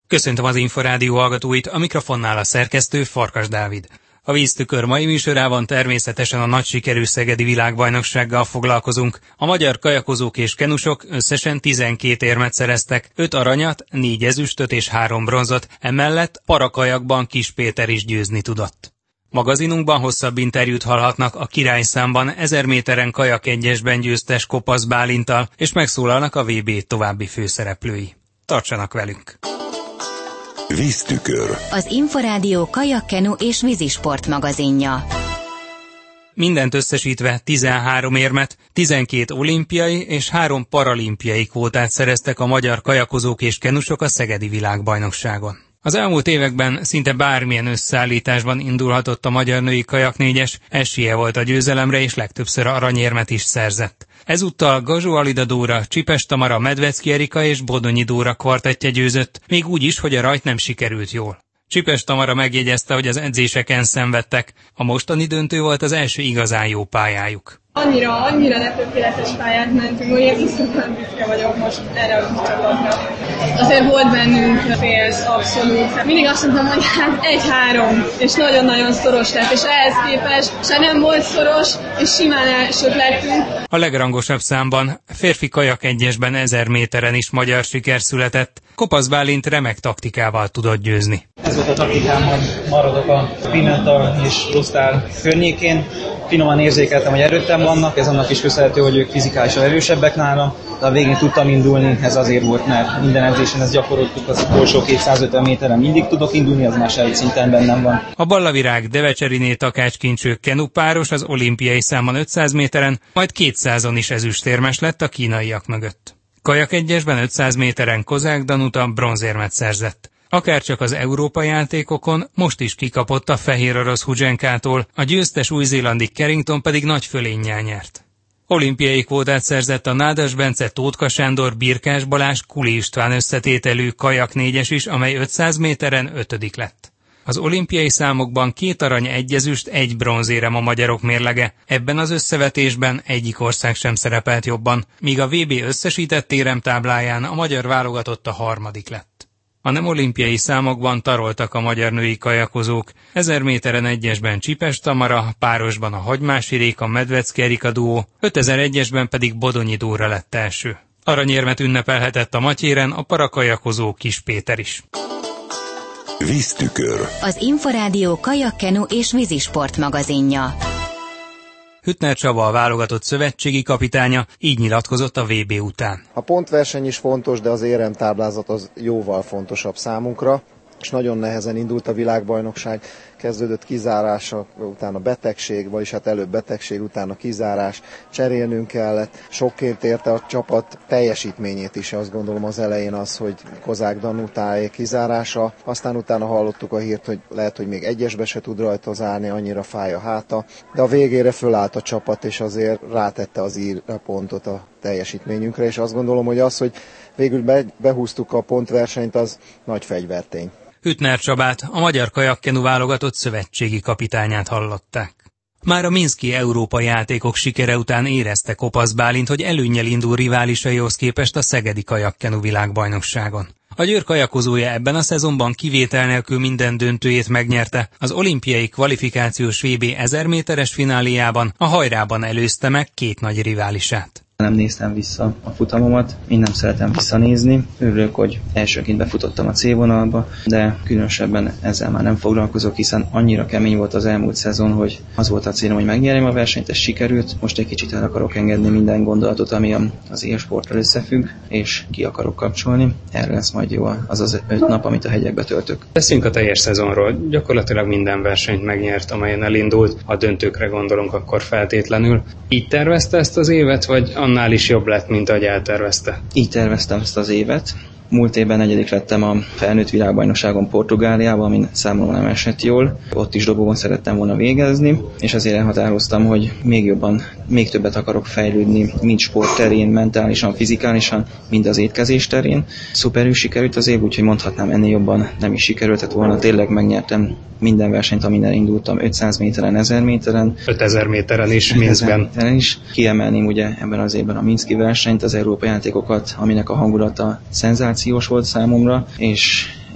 Köszöntöm az Inforádió hallgatóit, a mikrofonnál a szerkesztő Farkas Dávid. A Víztükör mai műsorában természetesen a nagy sikerű szegedi világbajnoksággal foglalkozunk. A magyar kajakozók és kenusok összesen 12 érmet szereztek, 5 aranyat, 4 ezüstöt és 3 bronzot, emellett parakajakban Kis Péter is győzni tudott. Magazinunkban hosszabb interjút hallhatnak a királyszámban 1000 méteren kajak egyesben győztes Kopasz Bálinttal, és megszólalnak a VB további főszereplői. Tartsanak velünk! Víztükör. Az Inforádió kajak-kenu és vízisport magazinja. Mindent összesítve 13 érmet, 12 olimpiai és 3 paralimpiai kvótát szereztek a magyar kajakozók és kenusok a szegedi világbajnokságon. Az elmúlt években szinte bármilyen összeállításban indulhatott a magyar női kajaknégyes, esélye volt a győzelemre és legtöbbször aranyérmet is szerzett. Ezúttal Gazsó Alida Dóra, Csipes Tamara, Medvecki Erika és Bodonyi Dóra kvartettje győzött, még úgy is, hogy a rajt nem sikerült jól. Csipes Tamara megjegyezte, hogy az edzéseken szenvedtek, a mostani döntő volt az első igazán jó pályájuk. Annyira letökéletes pályát mentünk, hogy én viszonylag büszke vagyok most erre a csapatra. Azért volt bennünk félsz, abszolút. Mindig azt mondtam, hogy hát 1-3, és nagyon-nagyon szoros lett, és ehhez képest se nem volt szoros, és simán elsők lettünk. A legrangosabb számban, férfi kajak egyesben 1000 méteren is magyar siker született. Kopasz Bálint remek taktikával tudott győzni. Ez volt a taktikám, hogy maradok a Pimenta és Rosztál környékén. Finoman érzékeltem, hogy erőttem vannak, ez annak is köszönhető, hogy ők fizikálisan erősebbek nálam, de a végén tudtam indulni, ez azért volt, mert minden edzésen ezt gyakoroltuk, az utolsó 250 méteren mindig tudok indulni, az már sejt szinten bennem van. A Ballavirág Devecseriné Takács Kincső kenupáros az olimpiai számon 500 méteren, majd 200-on is ezüstérmes lett a kínaiak mögött. Kajak egyesben 500 méteren Kozák Danuta bronzérmet szerzett. Akárcsak az Európa játékokon most is kikapott a fehér orosz Huzsenkától, a győztes új-zélandi Carrington pedig nagy fölénnyel nyert. Olimpiai kvótát szerzett a Nádas Bence, Tótka Sándor, Birkás Balázs, Kuli István összetételű kajak négyes is, amely 500 méteren 5. lett. Az olimpiai számokban 2 arany, 1 ezüst, 1 bronzérem a magyarok mérlege. Ebben az összevetésben egyik ország sem szerepelt jobban, míg a VB összesített éremtábláján a magyar válogatott a 3. lett. A nem olimpiai számokban taroltak a magyar női kajakozók. 1000 méteren egyesben Csipes Tamara, párosban a Hagymási Réka, Medvecki Erika duó, 5001-esben pedig Bodonyi Dóra lett első. Aranyérmet ünnepelhetett a matyéren a parakajakozó Kis Péter is. Víztükör. Az Inforádió kajak-kenu és vízisport magazinja. Hüttner Csaba, a válogatott szövetségi kapitánya, így nyilatkozott a VB után. A pontverseny is fontos, de az éremtáblázat az jóval fontosabb számunkra, és nagyon nehezen indult a világbajnokság, kezdődött kizárása, utána betegség, vagyis hát előbb betegség, utána kizárás, cserélnünk kellett. Sokként érte a csapat teljesítményét is, azt gondolom az elején az, hogy Kozák Danutáé kizárása, aztán utána hallottuk a hírt, hogy lehet, hogy még egyesbe se tud rajta zárni, annyira fáj a háta, de a végére fölállt a csapat, és azért rátette az pontot a teljesítményünkre, és azt gondolom, hogy az, hogy végül behúztuk a pontversenyt, az nagy fegyvertény. Hüttner Csabát, a magyar kajakkenu válogatott szövetségi kapitányát hallották. Már a minszki Európa játékok sikere után érezte Kopasz Bálint, hogy előnnyel indul riválisaihoz képest a szegedi kajakkenu világbajnokságon. A Győr kajakozója ebben a szezonban kivétel nélkül minden döntőjét megnyerte, az olimpiai kvalifikációs VB 1000 méteres fináléjában a hajrában előzte meg 2 nagy riválisát. Nem néztem vissza a futamomat, én nem szeretem visszanézni. Örülök, hogy elsőként befutottam a C-vonalba, de különösebben ezzel már nem foglalkozok, hiszen annyira kemény volt az elmúlt szezon, hogy az volt a célom, hogy megnyerjem a versenyt, ez sikerült. Most egy kicsit el akarok engedni minden gondolatot, ami az élsporttal összefügg, és ki akarok kapcsolni. Erre lesz majd jó az 5 nap, amit a hegyekbe töltök. Beszéljünk a teljes szezonról. Gyakorlatilag minden versenyt megnyert, amelyen elindult. Ha döntőkre gondolunk, akkor feltétlenül. Így tervezte ezt az évet, vagy annál is jobb lett, mint ahogy eltervezte? Így terveztem ezt az évet. Múlt évben 4. lettem a felnőtt világbajnokságon Portugáliában, amin számomra nem esett jól. Ott is dobóban szerettem volna végezni, és azért elhatároztam, hogy még jobban, még többet akarok fejlődni, mind sport terén, mentálisan, fizikálisan, mind az étkezés terén. Szuperül sikerült az év, úgyhogy mondhatnám, ennél jobban nem is sikerültet volna. Tényleg megnyertem minden versenyt, amin elindultam, 500 méteren, 1000 méteren. 5000 méteren is, Minszkben. Kiemelném ugye ebben az évben a minszki versenyt, az Európa játékokat, aminek a hangulata szenzációs volt számomra, és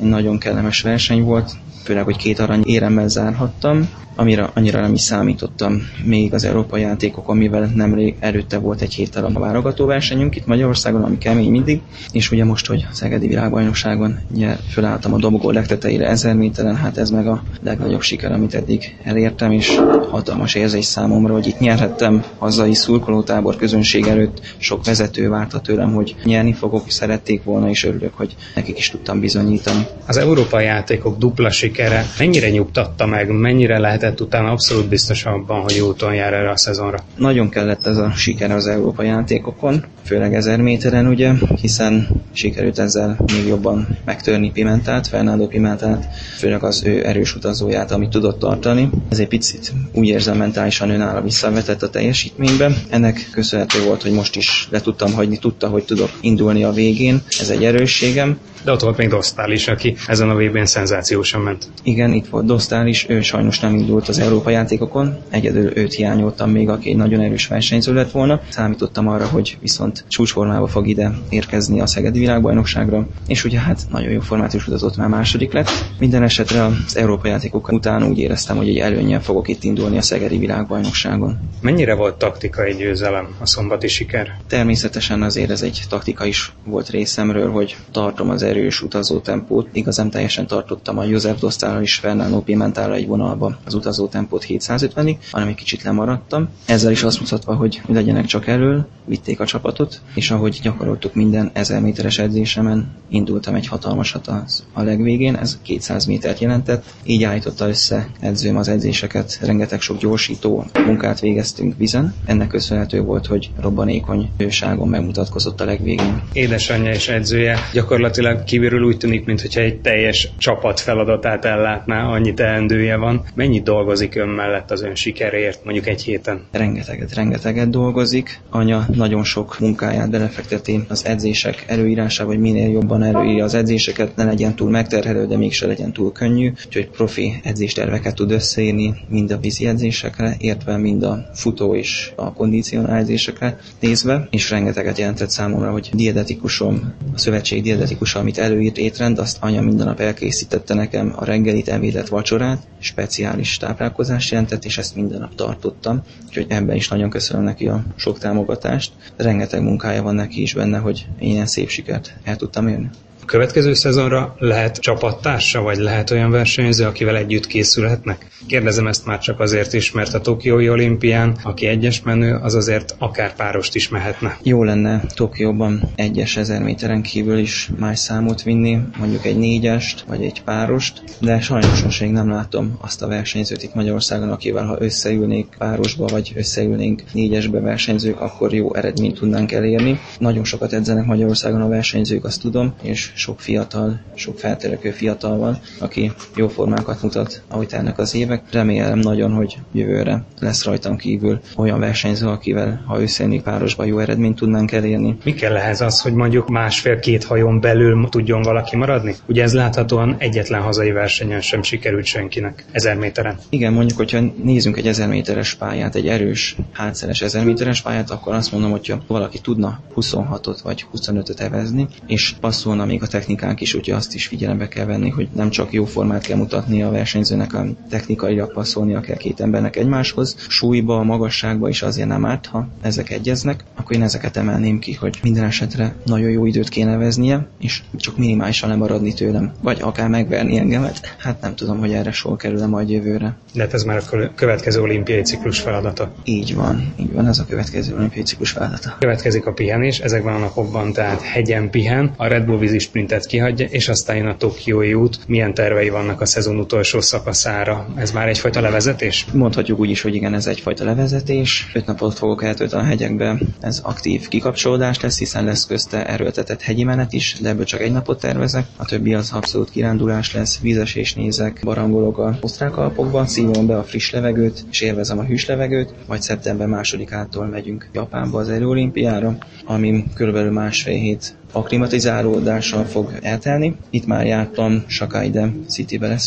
egy nagyon kellemes verseny volt, főleg, hogy 2 arany éremmel zárhattam, amire annyira nem is számítottam még az európai játékokon, mivel nemrég előtte volt egy héttel a válogatóversenyünk itt Magyarországon, ami kemény mindig, és ugye most, hogy a Szegedi Világbajnokságon fölálltam a dobogó legtetejére 1000 méteren, hát ez meg a legnagyobb siker, amit eddig elértem, és hatalmas érzés számomra, hogy itt nyerhettem hazai szurkolótábor közönség előtt, sok vezető várta tőlem, hogy nyerni fogok, szerették volna, és örülök, hogy nekik is tudtam bizonyítani. Az európai játékok dupla sikere mennyire nyugtatta meg, mennyire lehetett utána abszolút biztos abban, hogy jó úton jár erre a szezonra? Nagyon kellett ez a siker az európai játékokon, főleg 1000 méteren ugye, hiszen sikerült ezzel még jobban megtörni Pimentát, Fernando Pimentát, főleg az ő erős utazóját, amit tudott tartani. Ez egy picit úgy érzem mentálisan önálló visszavetett a teljesítménybe. Ennek köszönhető volt, hogy most is le tudtam hagyni, tudta, hogy tudok indulni a végén. Ez egy erősségem. De ott volt még Dostál is, aki ezen a VB-n szenzációsan ment. Igen, itt volt Dostál is, ő sajnos nem indult az Európai játékokon, egyedül őt hiányoltam még, aki egy nagyon erős versenyző lett volna. Számítottam arra, hogy viszont csúcsformába fog ide érkezni a Szegedi Világbajnokságra, és ugye hát nagyon jó formátus utazott, már második lett. Minden esetre az Európai játékok után úgy éreztem, hogy egy előnnyel fogok itt indulni a Szegedi Világbajnokságon. Mennyire volt taktikai győzelem a szombati siker? Természetesen azért ez egy taktika is volt részemről, hogy tartom az erős utazótempót. Igazán teljesen tartottam a Joseph Dostállal és Fernando Pimentállal egy vonalba az utazótempót 750-ig, hanem egy kicsit lemaradtam. Ezzel is azt mutatva, hogy legyenek csak elől, vitték a csapatot, és ahogy gyakoroltuk minden 1000 méteres edzésemen, indultam egy hatalmasat a legvégén, ez 200 métert jelentett. Így állította össze edzőm az edzéseket, rengeteg sok gyorsító munkát végeztünk vizen. Ennek köszönhető volt, hogy robbanékony hőságon megmutatkozott a legvégén. Édesanyja és edzője gyakorlatilag kívülről úgy tűnik, mintha egy teljes csapat feladatát ellátná, annyi teendője van. Mennyit dolgozik ön mellett az ön sikeréért, mondjuk egy héten? Rengeteget dolgozik. Anya nagyon sok munkáját belefekteti az edzések előírásába, hogy minél jobban előírja az edzéseket, ne legyen túl megterhelő, de mégse legyen túl könnyű. Úgyhogy profi edzésterveket tud összeírni, mind a vízi edzésekre, értve mind a futó és a kondicionáledzésekre nézve, és rengeteget jelentett számomra, hogy dietetikusom, a szövetség dietetikusa, amit előírt étrend, azt anya minden nap elkészítette nekem a reggelit, ebédet, vacsorát, speciális táplálkozást jelentett, és ezt minden nap tartottam. Úgyhogy ebben is nagyon köszönöm neki a sok támogatást. Rengeteg munkája van neki is benne, hogy ilyen szép sikert el tudtam érni. A következő szezonra lehet csapattársa, vagy lehet olyan versenyző, akivel együtt készülhetnek? Kérdezem ezt már csak azért is, mert a Tokiói olimpián, aki egyes menő, az azért akár párost is mehetne. Jó lenne Tokióban egyes 1000 méteren kívül is más számot vinni, mondjuk egy 4-est, vagy egy párost, de sajnos most még nem látom azt a versenyzőt itt Magyarországon, akivel ha összeülnék párosba, vagy összeülnénk 4-esbe versenyzők, akkor jó eredményt tudnánk elérni. Nagyon sokat edzenek Magyarországon a versenyzők, azt tudom, és sok fiatal, sok feltörekvő fiatal van, aki jó formákat mutat, ahogy telnek az évek. Remélem nagyon, hogy jövőre lesz rajtam kívül olyan versenyző, akivel, ha összeülnék párosba, jó eredményt tudnánk elérni. Mi kell ehhez az, hogy mondjuk 1,5-2 hajón belül tudjon valaki maradni? Ugye ez láthatóan egyetlen hazai versenyen sem sikerült senkinek 1000 méteren. Igen, mondjuk, hogyha nézzünk egy 1000 méteres pályát, egy erős, hátszeres 1000 méteres pályát, akkor azt mondom, hogyha valaki tudna 26-ot vagy 25-öt evezni, és passzolna még a technikánk is, úgyhogy azt is figyelembe kell venni, hogy nem csak jó formát kell mutatni a versenyzőnek, a technikailag passzolnia kell két embernek egymáshoz. Súlyba, magasságba is azért nem árt, ha ezek egyeznek, akkor én ezeket emelném ki, hogy minden esetre nagyon jó időt kéne veznie, és csak minimálisan lemaradni tőlem, vagy akár megverni engemet. Hát nem tudom, hogy erre sor kerül-e majd jövőre. De ez már a következő olimpiai ciklus feladata. Így van, ez a következő olimpiai ciklus feladata. Következik a pihenés, ezekben a napokban tehát hegyen pihen, a Red Bull vízi sprintet kihagyja, és aztán jön a Tokiói út. Milyen tervei vannak a szezon utolsó szakaszára? Ez már egyfajta levezetés? Mondhatjuk úgy is, hogy igen, ez egyfajta levezetés. 5 napot fogok eltölteni a hegyekbe. Ez aktív kikapcsolódás lesz, hiszen lesz közte erőltetett hegyi menet is, de ebből csak egy napot tervezek. A többi az abszolút kirándulás lesz, vízesés nézek, barangolok a osztrák Alpokban, szívom be a friss levegőt, és élvezem a hűs levegőt, majd szeptember 2-ától megyünk Japánba az előolimpiára, ami körülbelül 1,5 hét akklimatizálódással fog eltelni. Itt már jártam, Sakaide Citybe leszünk.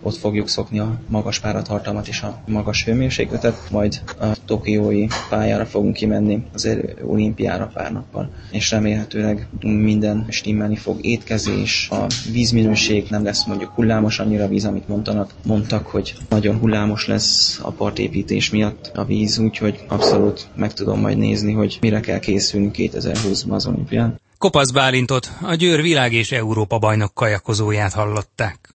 ott fogjuk szokni a magas páratartalmat és a magas hőmérsékletet, majd a tokiói pályára fogunk kimenni az olimpiára pár nappal, és remélhetőleg minden stimmelni fog, étkezés, a vízminőség nem lesz mondjuk hullámos annyira a víz, amit mondtak, hogy nagyon hullámos lesz a partépítés miatt a víz, úgyhogy abszolút meg tudom majd nézni, hogy mire kell készülni 2020-ban az olimpián. Kopasz Bálintot, a Győr világ és Európa bajnok kajakozóját hallották.